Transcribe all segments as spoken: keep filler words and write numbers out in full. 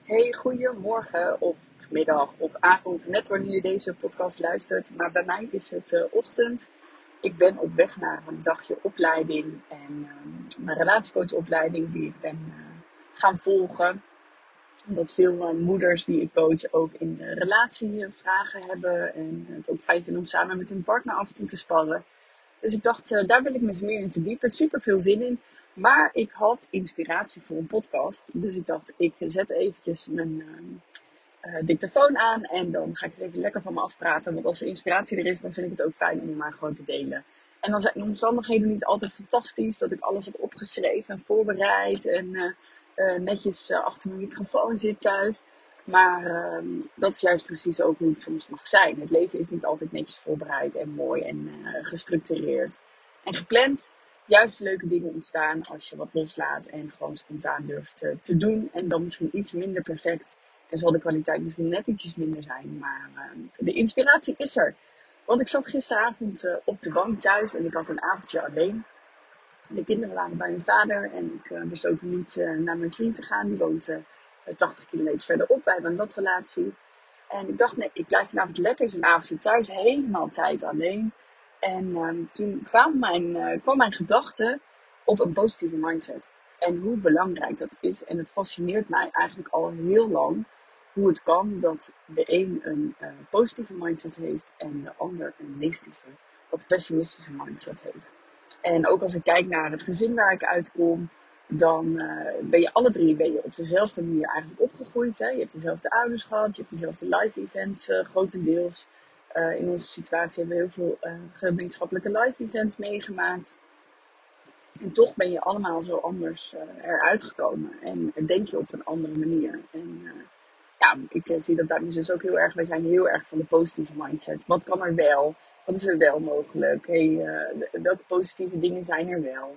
Hey, goedemorgen of middag of avond, net wanneer je deze podcast luistert. Maar bij mij is het uh, ochtend. Ik ben op weg naar een dagje opleiding en uh, mijn relatiecoachopleiding die ik ben uh, gaan volgen. Omdat veel uh, moeders die ik coach ook in uh, relatievragen hebben en het ook fijn vinden om samen met hun partner af en toe te sparren. Dus ik dacht, uh, daar wil ik me eens meer in verdiepen. Super veel zin in. Maar ik had inspiratie voor een podcast. Dus ik dacht, ik zet eventjes mijn uh, uh, dictafoon aan. En dan ga ik eens even lekker van me afpraten. Want als er inspiratie er is, dan vind ik het ook fijn om hem maar gewoon te delen. En dan zijn de omstandigheden niet altijd fantastisch. Dat ik alles heb opgeschreven en voorbereid. En uh, uh, netjes uh, achter mijn microfoon zit thuis. Maar uh, dat is juist precies ook hoe het soms mag zijn. Het leven is niet altijd netjes voorbereid en mooi en uh, gestructureerd en gepland. Juist leuke dingen ontstaan als je wat loslaat en gewoon spontaan durft uh, te doen. En dan misschien iets minder perfect. En zal de kwaliteit misschien net ietsjes minder zijn. Maar uh, de inspiratie is er. Want ik zat gisteravond uh, op de bank thuis en ik had een avondje alleen. De kinderen waren bij hun vader en ik uh, besloot om niet uh, naar mijn vriend te gaan. Die woont uh, tachtig kilometer verderop. Wij hebben een relatie. En ik dacht, nee, ik blijf vanavond lekker eens een avondje thuis. Helemaal tijd alleen. En uh, toen kwam mijn, uh, kwam mijn gedachte op een positieve mindset. En hoe belangrijk dat is. En het fascineert mij eigenlijk al heel lang. Hoe het kan dat de een een uh, positieve mindset heeft en de ander een negatieve, wat pessimistische mindset heeft. En ook als ik kijk naar het gezin waar ik uitkom, dan uh, ben je alle drie ben je op dezelfde manier eigenlijk opgegroeid. Hè? Je hebt dezelfde ouders gehad, je hebt dezelfde live events uh, grotendeels. Uh, in onze situatie hebben we heel veel uh, gemeenschappelijke live events meegemaakt. En toch ben je allemaal zo anders uh, eruit gekomen. En denk je op een andere manier. En uh, ja, ik uh, zie dat bij mijn zus ook heel erg. Wij zijn heel erg van de positieve mindset. Wat kan er wel? Wat is er wel mogelijk? Hey, uh, welke positieve dingen zijn er wel?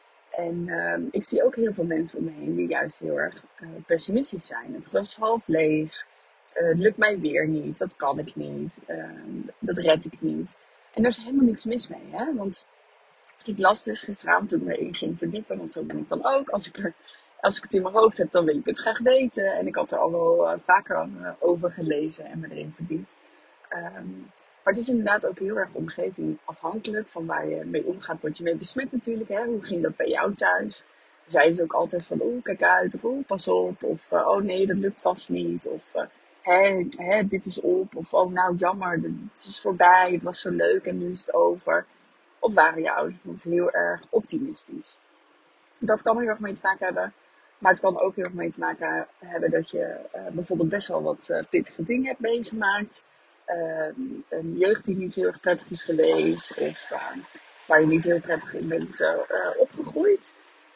En uh, ik zie ook heel veel mensen om me heen die juist heel erg uh, pessimistisch zijn. Het glas is half leeg. Uh, het lukt mij weer niet. Dat kan ik niet. Uh, dat red ik niet. En daar is helemaal niks mis mee. Hè? Want ik las dus gisteravond toen ik me erin ging verdiepen. Want zo ben ik dan ook. Als ik, er, als ik het in mijn hoofd heb, dan wil ik het graag weten. En ik had er al wel uh, vaker uh, over gelezen en me erin verdiept. Um, maar het is inderdaad ook heel erg omgeving afhankelijk van waar je mee omgaat. Word je mee besmet natuurlijk. Hè? Hoe ging dat bij jou thuis? Zeiden ze ook altijd van, oeh, kijk uit. Of oeh, pas op. Of, uh, oh nee, dat lukt vast niet. Of, uh, hé, hé, dit is op. Of, oh nou, jammer, het is voorbij. Het was zo leuk en nu is het over. Of waren je ouders bijvoorbeeld heel erg optimistisch? Dat kan er heel erg mee te maken hebben. Maar het kan ook heel erg mee te maken hebben dat je uh, bijvoorbeeld best wel wat uh, pittige dingen hebt meegemaakt. Uh, een jeugd die niet heel erg prettig is geweest. Of uh, waar je niet heel prettig in bent uh, uh, opgegroeid.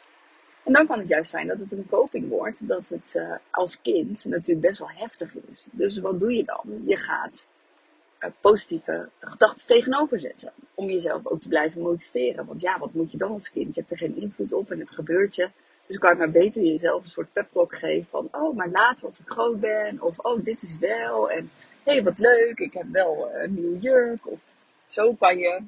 En dan kan het juist zijn dat het een coping wordt. Dat het uh, als kind natuurlijk best wel heftig is. Dus wat doe je dan? Je gaat uh, positieve gedachten tegenover zetten. Om jezelf ook te blijven motiveren. Want ja, wat moet je dan als kind? Je hebt er geen invloed op en het gebeurt je. Dus kan je maar beter jezelf een soort pep talk geven van, oh, maar later als ik groot ben. Of, oh, dit is wel. En, hé, hey, wat leuk. Ik heb wel uh, een nieuwe jurk. Of zo kan je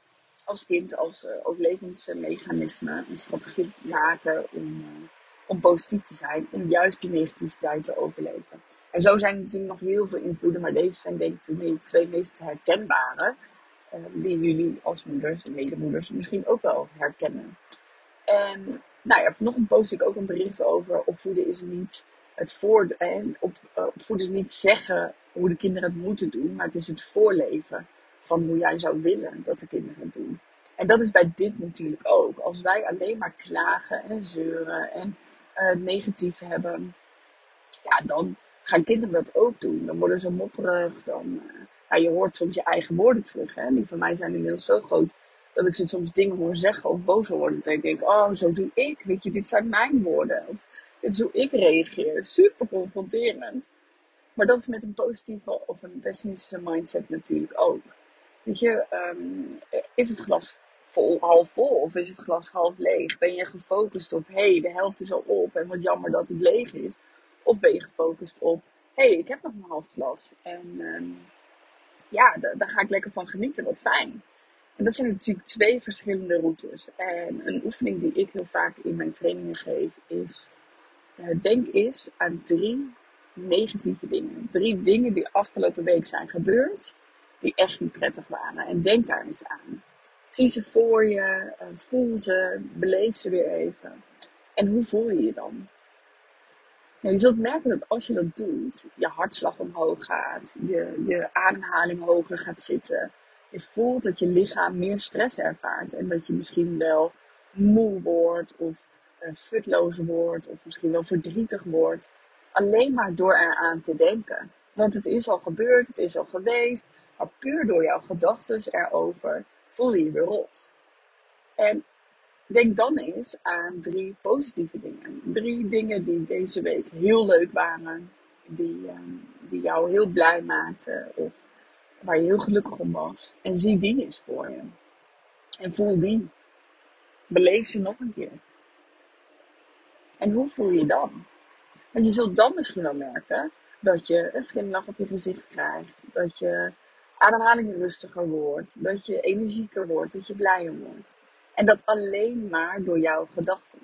als kind, als uh, overlevingsmechanisme, een strategie maken om, uh, om positief te zijn. Om juist die negativiteit te overleven. En zo zijn er natuurlijk nog heel veel invloeden. Maar deze zijn denk ik de twee meest herkenbare. Uh, die jullie als moeders en medemoeders misschien ook wel herkennen. En nou ja, vanochtend post ik ook een bericht over opvoeden is niet het voor, en op, uh, opvoeden is niet zeggen hoe de kinderen het moeten doen, maar het is het voorleven van hoe jij zou willen dat de kinderen het doen. En dat is bij dit natuurlijk ook. Als wij alleen maar klagen en zeuren en uh, negatief hebben, ja, dan gaan kinderen dat ook doen. Dan worden ze mopperig, dan, uh, ja, je hoort soms je eigen woorden terug. Hè? Die van mij zijn inmiddels zo groot dat ik ze soms dingen hoor zeggen of boos worden. Dan denk ik, oh, zo doe ik. Weet je, dit zijn mijn woorden. Of dit is hoe ik reageer. Super confronterend. Maar dat is met een positieve of een pessimistische mindset natuurlijk ook. Weet je, um, is het glas vol, half vol of is het glas half leeg? Ben je gefocust op, hé, hey, de helft is al op en wat jammer dat het leeg is? Of ben je gefocust op, hé, hey, ik heb nog een half glas. En um, ja, d- daar ga ik lekker van genieten, wat fijn. En dat zijn natuurlijk twee verschillende routes. En een oefening die ik heel vaak in mijn trainingen geef is, uh, denk eens aan drie negatieve dingen. Drie dingen die afgelopen week zijn gebeurd, die echt niet prettig waren. En denk daar eens aan. Zie ze voor je, uh, voel ze, beleef ze weer even. En hoe voel je je dan? Nou, je zult merken dat als je dat doet, je hartslag omhoog gaat, je, je ademhaling hoger gaat zitten. Je voelt dat je lichaam meer stress ervaart en dat je misschien wel moe wordt of uh, futloos wordt of misschien wel verdrietig wordt. Alleen maar door eraan te denken. Want het is al gebeurd, het is al geweest, maar puur door jouw gedachten erover voel je je weer rot. En denk dan eens aan drie positieve dingen. Drie dingen die deze week heel leuk waren. Die, um, die jou heel blij maakten. Of waar je heel gelukkig om was. En zie die eens voor je. En voel die. Beleef ze nog een keer. En hoe voel je dan? Want je zult dan misschien wel merken dat je een glimlach op je gezicht krijgt. Dat je ademhaling rustiger wordt. Dat je energieker wordt. Dat je blijer wordt. En dat alleen maar door jouw gedachten.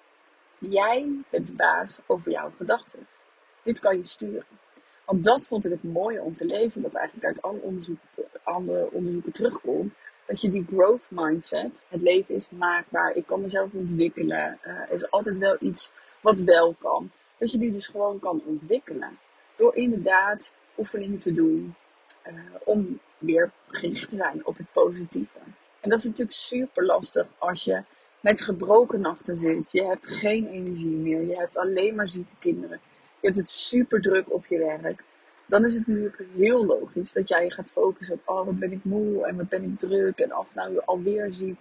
Jij bent de baas over jouw gedachten. Dit kan je sturen. Want dat vond ik het mooie om te lezen. Dat eigenlijk uit alle onderzoeken, alle onderzoeken terugkomt. Dat je die growth mindset. Het leven is maakbaar. Ik kan mezelf ontwikkelen. Uh, er is altijd wel iets wat wel kan. Dat je die dus gewoon kan ontwikkelen. Door inderdaad oefeningen te doen. Uh, om weer gericht te zijn op het positieve. En dat is natuurlijk super lastig als je met gebroken nachten zit. Je hebt geen energie meer. Je hebt alleen maar zieke kinderen. Je hebt het super druk op je werk. Dan is het natuurlijk heel logisch dat jij je gaat focussen op, oh wat ben ik moe en wat ben ik druk en ach nou alweer ziek.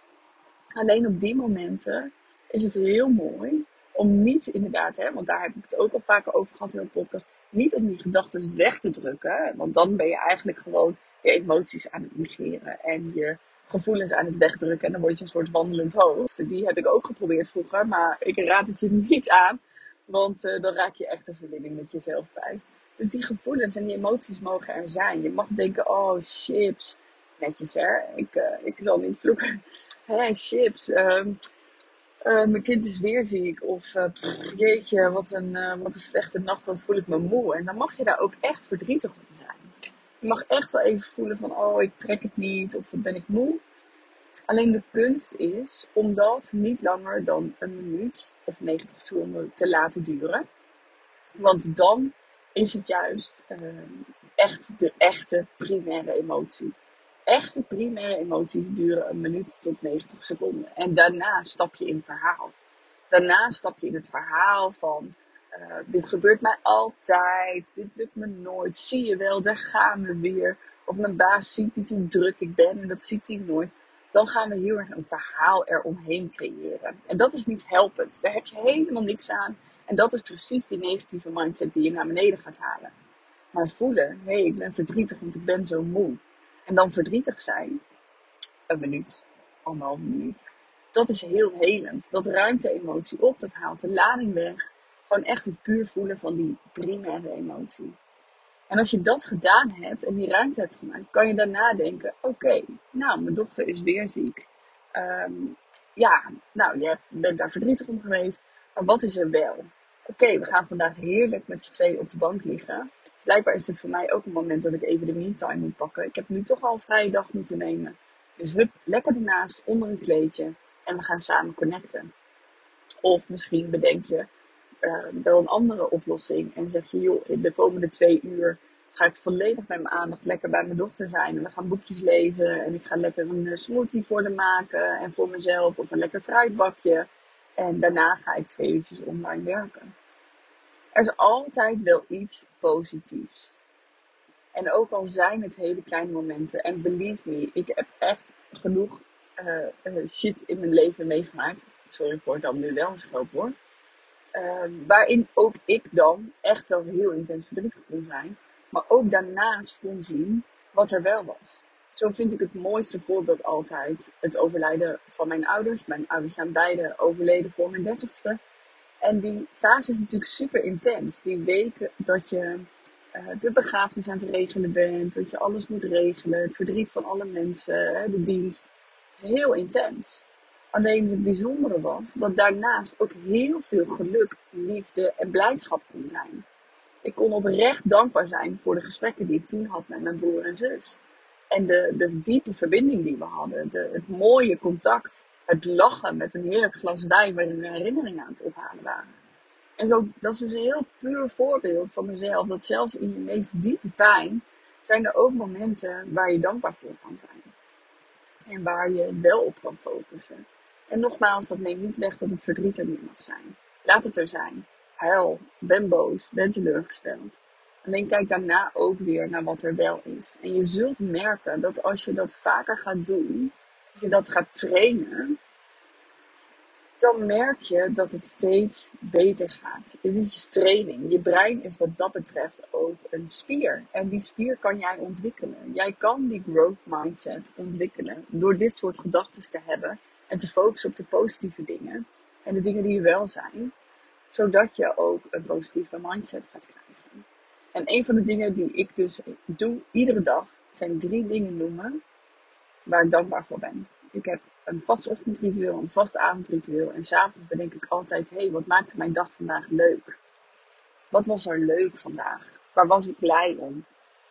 Alleen op die momenten is het heel mooi om niet inderdaad, hè, want daar heb ik het ook al vaker over gehad in de podcast, niet om die gedachten weg te drukken. Want dan ben je eigenlijk gewoon je emoties aan het negeren en je gevoelens aan het wegdrukken. En dan word je een soort wandelend hoofd. Die heb ik ook geprobeerd vroeger, maar ik raad het je niet aan. Want uh, dan raak je echt de verbinding met jezelf kwijt. Dus die gevoelens en die emoties mogen er zijn. Je mag denken, oh chips. Netjes hè, ik, uh, ik zal niet vloeken. Hé, chips. Uh, uh, mijn kind is weer ziek. Of uh, pff, jeetje, wat een, uh, wat een slechte nacht, wat voel ik me moe. En dan mag je daar ook echt verdrietig om zijn. Je mag echt wel even voelen van, oh ik trek het niet. Of ben ik moe. Alleen de kunst is om dat niet langer dan een minuut of negentig seconden te laten duren. Want dan is het juist uh, echt de echte primaire emotie. Echte primaire emoties duren een minuut tot negentig seconden. En daarna stap je in het verhaal. Daarna stap je in het verhaal van, uh, dit gebeurt mij altijd, dit lukt me nooit, zie je wel, daar gaan we weer. Of mijn baas ziet niet hoe druk ik ben en dat ziet hij nooit. Dan gaan we heel erg een verhaal eromheen creëren. En dat is niet helpend. Daar heb je helemaal niks aan. En dat is precies die negatieve mindset die je naar beneden gaat halen. Maar voelen, hé, hey, ik ben verdrietig, want ik ben zo moe. En dan verdrietig zijn, een minuut, anderhalf minuut. Dat is heel helend. Dat ruimt de emotie op, dat haalt de lading weg. Gewoon echt het puur voelen van die primaire emotie. En als je dat gedaan hebt en die ruimte hebt gemaakt, kan je daarna denken, oké, okay, nou, mijn dochter is weer ziek. Um, ja, nou, je hebt, bent daar verdrietig om geweest, maar wat is er wel? Oké, okay, we gaan vandaag heerlijk met z'n tweeën op de bank liggen. Blijkbaar is het voor mij ook een moment dat ik even de me-time moet pakken. Ik heb nu toch al een vrije dag moeten nemen. Dus hup, lekker ernaast, onder een kleedje en we gaan samen connecten. Of misschien bedenk je uh, wel een andere oplossing en zeg je, joh, in de komende twee uur ga ik volledig met mijn aandacht lekker bij mijn dochter zijn. En we gaan boekjes lezen en ik ga lekker een uh, smoothie voor haar maken en voor mezelf of een lekker fruitbakje. En daarna ga ik twee uurtjes online werken. Er is altijd wel iets positiefs. En ook al zijn het hele kleine momenten. En believe me, ik heb echt genoeg uh, uh, shit in mijn leven meegemaakt. Sorry voor het dan nu wel een scheldwoord. Uh, waarin ook ik dan echt wel heel intens verdrietig kon zijn. Maar ook daarnaast kon zien wat er wel was. Zo vind ik het mooiste voorbeeld altijd het overlijden van mijn ouders. Mijn ouders zijn beide overleden voor mijn dertigste. En die fase is natuurlijk super intens. Die weken dat je uh, de begrafenis aan het regelen bent. Dat je alles moet regelen. Het verdriet van alle mensen. De dienst. Het is heel intens. Alleen het bijzondere was dat daarnaast ook heel veel geluk, liefde en blijdschap kon zijn. Ik kon oprecht dankbaar zijn voor de gesprekken die ik toen had met mijn broer en zus. En de, de diepe verbinding die we hadden. De, het mooie contact. Het lachen met een heerlijk glas wijn waarin we herinneringen aan het ophalen waren. En zo, dat is dus een heel puur voorbeeld van mezelf. Dat zelfs in je meest diepe pijn zijn er ook momenten waar je dankbaar voor kan zijn. En waar je wel op kan focussen. En nogmaals, dat neemt niet weg dat het verdriet er niet mag zijn. Laat het er zijn. Huil, ben boos, ben teleurgesteld. Alleen kijk daarna ook weer naar wat er wel is. En je zult merken dat als je dat vaker gaat doen, als je dat gaat trainen, dan merk je dat het steeds beter gaat. Dit is training. Je brein is wat dat betreft ook een spier. En die spier kan jij ontwikkelen. Jij kan die growth mindset ontwikkelen door dit soort gedachten te hebben en te focussen op de positieve dingen en de dingen die er wel zijn, zodat je ook een positieve mindset gaat krijgen. En een van de dingen die ik dus doe iedere dag zijn drie dingen noemen waar ik dankbaar voor ben. Ik heb een vast ochtendritueel, een vast avondritueel. En s'avonds bedenk ik altijd, hé, hey, wat maakte mijn dag vandaag leuk? Wat was er leuk vandaag? Waar was ik blij om?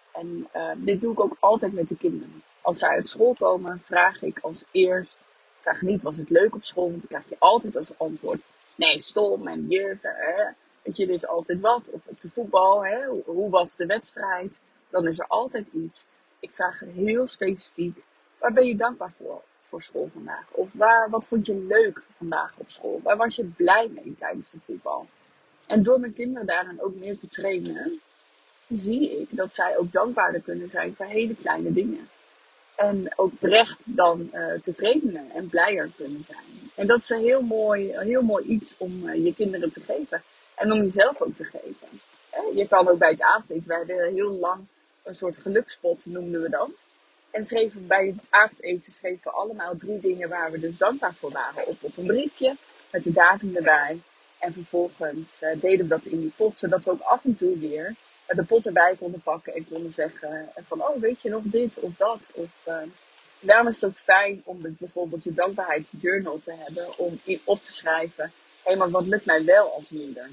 En uh, dit doe ik ook altijd met de kinderen. Als zij uit school komen, vraag ik als eerst, ik vraag niet, was het leuk op school? Want dan krijg je altijd als antwoord, nee, stom en juf, hè? Weet je, er is altijd wat. Of op de voetbal, hè? Hoe was de wedstrijd? Dan is er altijd iets. Ik vraag heel specifiek, waar ben je dankbaar voor, voor school vandaag? Of waar, wat vond je leuk vandaag op school? Waar was je blij mee tijdens de voetbal? En door mijn kinderen daarin ook meer te trainen, zie ik dat zij ook dankbaarder kunnen zijn voor hele kleine dingen. En ook oprecht dan uh, tevredener en blijer kunnen zijn. En dat is een heel mooi, een heel mooi iets om uh, je kinderen te geven. En om jezelf ook te geven. Eh, je kan ook bij het avondeten, wij hadden heel lang een soort gelukspot, noemden we dat. En schreven bij het avondeten schreven we allemaal drie dingen waar we dus dankbaar voor waren op, op een briefje. Met de datum erbij. En vervolgens uh, deden we dat in die pot, zodat we ook af en toe weer de pot erbij konden pakken en konden zeggen van, oh, weet je nog dit of dat? Of, uh, daarom is het ook fijn om bijvoorbeeld je dankbaarheidsjournal te hebben, om op te schrijven, hé, hey, maar wat lukt mij wel als moeder?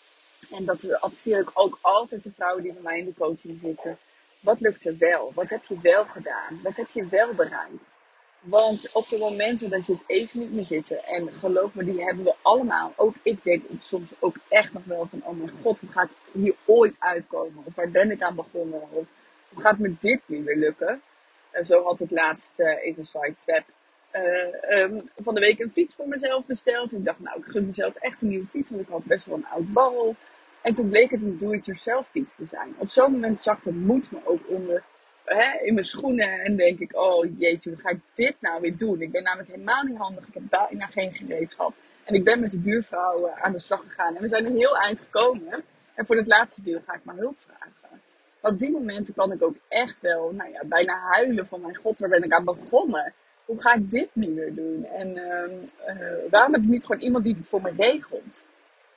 En dat adviseer ik ook altijd de vrouwen die bij mij in de coaching zitten. Wat lukt er wel? Wat heb je wel gedaan? Wat heb je wel bereikt? Want op de momenten dat je het even niet meer zitten, en geloof me, die hebben we allemaal. Ook ik denk soms ook echt nog wel van, oh mijn god, hoe ga ik hier ooit uitkomen? Of waar ben ik aan begonnen? Of hoe gaat me dit nu weer lukken? En zo had ik laatst uh, even sidestep. Uh, um, van de week een fiets voor mezelf besteld. En ik dacht, nou, ik gun mezelf echt een nieuwe fiets, want ik had best wel een oud barrel. En toen bleek het een do-it-yourself fiets te zijn. Op zo'n moment zakt de moed me ook onder, hè, in mijn schoenen. En denk ik, oh jeetje, hoe ga ik dit nou weer doen? Ik ben namelijk helemaal niet handig. Ik heb bijna geen gereedschap. En ik ben met de buurvrouw uh, aan de slag gegaan. En we zijn een heel eind gekomen. En voor het laatste deel ga ik maar hulp vragen. Maar op die momenten kan ik ook echt wel, nou ja, bijna huilen van, mijn god, waar ben ik aan begonnen? Hoe ga ik dit nu weer doen? En uh, uh, waarom heb ik niet gewoon iemand die het voor me regelt?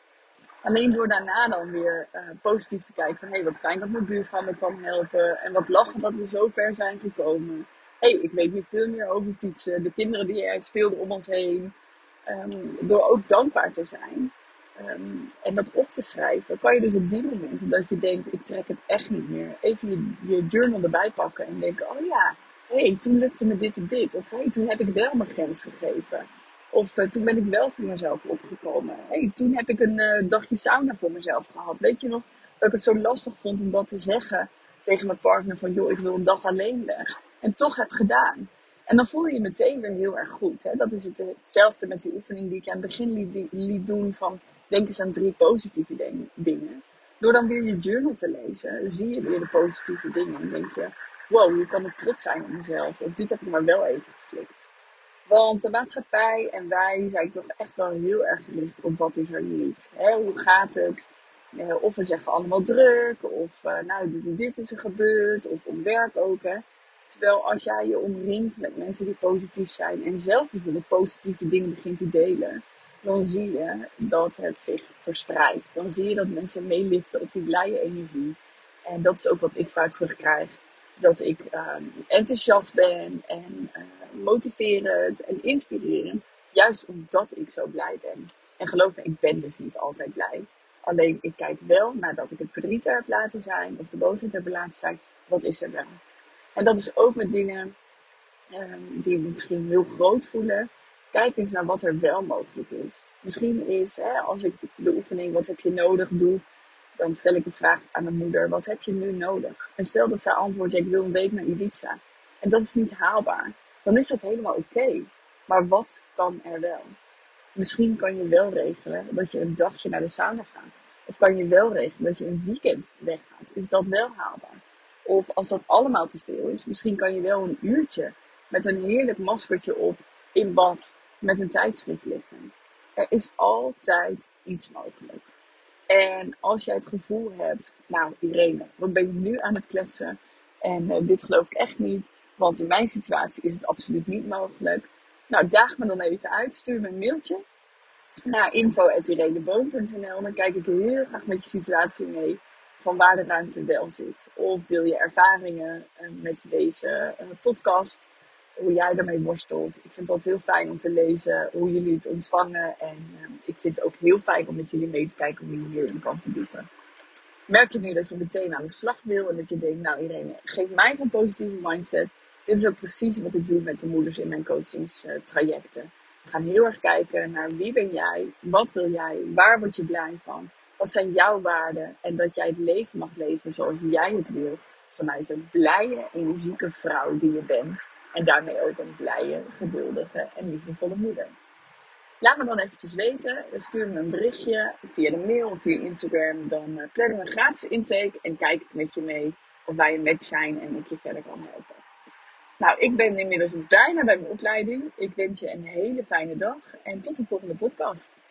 Alleen door daarna dan weer uh, positief te kijken van, hé, hey, wat fijn dat mijn buurvrouw me kwam helpen. En wat lachen dat we zo ver zijn gekomen. Hé, hey, ik weet nu veel meer over fietsen. De kinderen die er speelden om ons heen. Um, door ook dankbaar te zijn. Um, en dat op te schrijven, kan je dus op die momenten dat je denkt, ik trek het echt niet meer. Even je, je journal erbij pakken en denken, oh ja, hé, hey, toen lukte me dit en dit. Of hé, hey, toen heb ik wel mijn grens gegeven. Of uh, toen ben ik wel voor mezelf opgekomen. Hey, toen heb ik een uh, dagje sauna voor mezelf gehad. Weet je nog dat ik het zo lastig vond om dat te zeggen tegen mijn partner van, joh, ik wil een dag alleen weg. En toch heb gedaan. En dan voel je je meteen weer heel erg goed. Hè? Dat is het, hetzelfde met die oefening die ik aan het begin liet, liet doen van, denk eens aan drie positieve ding, dingen. Door dan weer je journal te lezen, zie je weer de positieve dingen. En denk je, wow, hier kan ik trots zijn op mezelf. Of dit heb ik maar wel even geflikt. Want de maatschappij en wij zijn toch echt wel heel erg gericht op wat is er niet. Hè? Hoe gaat het? Uh, of we zeggen allemaal druk. Of uh, nou, dit, dit is er gebeurd. Of op werk ook. Hè? Terwijl als jij je omringt met mensen die positief zijn. En zelf bijvoorbeeld positieve dingen begint te delen. Dan zie je dat het zich verspreidt. Dan zie je dat mensen meeliften op die blije energie. En dat is ook wat ik vaak terugkrijg. Dat ik uh, enthousiast ben en uh, motiverend en inspirerend. Juist omdat ik zo blij ben. En geloof me, ik ben dus niet altijd blij. Alleen ik kijk wel, nadat ik het verdriet er heb laten zijn, of de boosheid heb laten zijn, wat is er wel? En dat is ook met dingen um, die we misschien heel groot voelen. Kijk eens naar wat er wel mogelijk is. Misschien is, hè, als ik de oefening wat heb je nodig doe, dan stel ik de vraag aan de moeder, wat heb je nu nodig? En stel dat zij antwoordt, ja, ik wil een week naar Ibiza. En dat is niet haalbaar. Dan is dat helemaal oké. Okay. Maar wat kan er wel? Misschien kan je wel regelen dat je een dagje naar de sauna gaat. Of kan je wel regelen dat je een weekend weggaat. Is dat wel haalbaar? Of als dat allemaal te veel is, misschien kan je wel een uurtje met een heerlijk maskertje op in bad met een tijdschrift liggen. Er is altijd iets mogelijk. En als jij het gevoel hebt, nou Irene, wat ben je nu aan het kletsen? En uh, dit geloof ik echt niet, want in mijn situatie is het absoluut niet mogelijk. Nou, daag me dan even uit, stuur me een mailtje naar info at ireneboom punt n l. Dan kijk ik heel graag met je situatie mee van waar de ruimte wel zit. Of deel je ervaringen uh, met deze uh, podcast, hoe jij daarmee worstelt. Ik vind dat heel fijn om te lezen hoe jullie het ontvangen. En uh, ik vind het ook heel fijn om met jullie mee te kijken hoe je hierin kan verdiepen. Merk je nu dat je meteen aan de slag wil en dat je denkt, nou Irene, geef mij zo'n positieve mindset. Dit is ook precies wat ik doe met de moeders in mijn coachingstrajecten. We gaan heel erg kijken naar wie ben jij, wat wil jij, waar word je blij van, wat zijn jouw waarden en dat jij het leven mag leven zoals jij het wil. Vanuit een blije, energieke vrouw die je bent en daarmee ook een blije, geduldige en liefdevolle moeder. Laat me dan eventjes weten. Stuur me een berichtje via de mail of via Instagram. Dan uh, plannen we een gratis intake en kijk ik met je mee of wij een match zijn en ik je verder kan helpen. Nou, ik ben inmiddels bijna bij mijn opleiding. Ik wens je een hele fijne dag en tot de volgende podcast.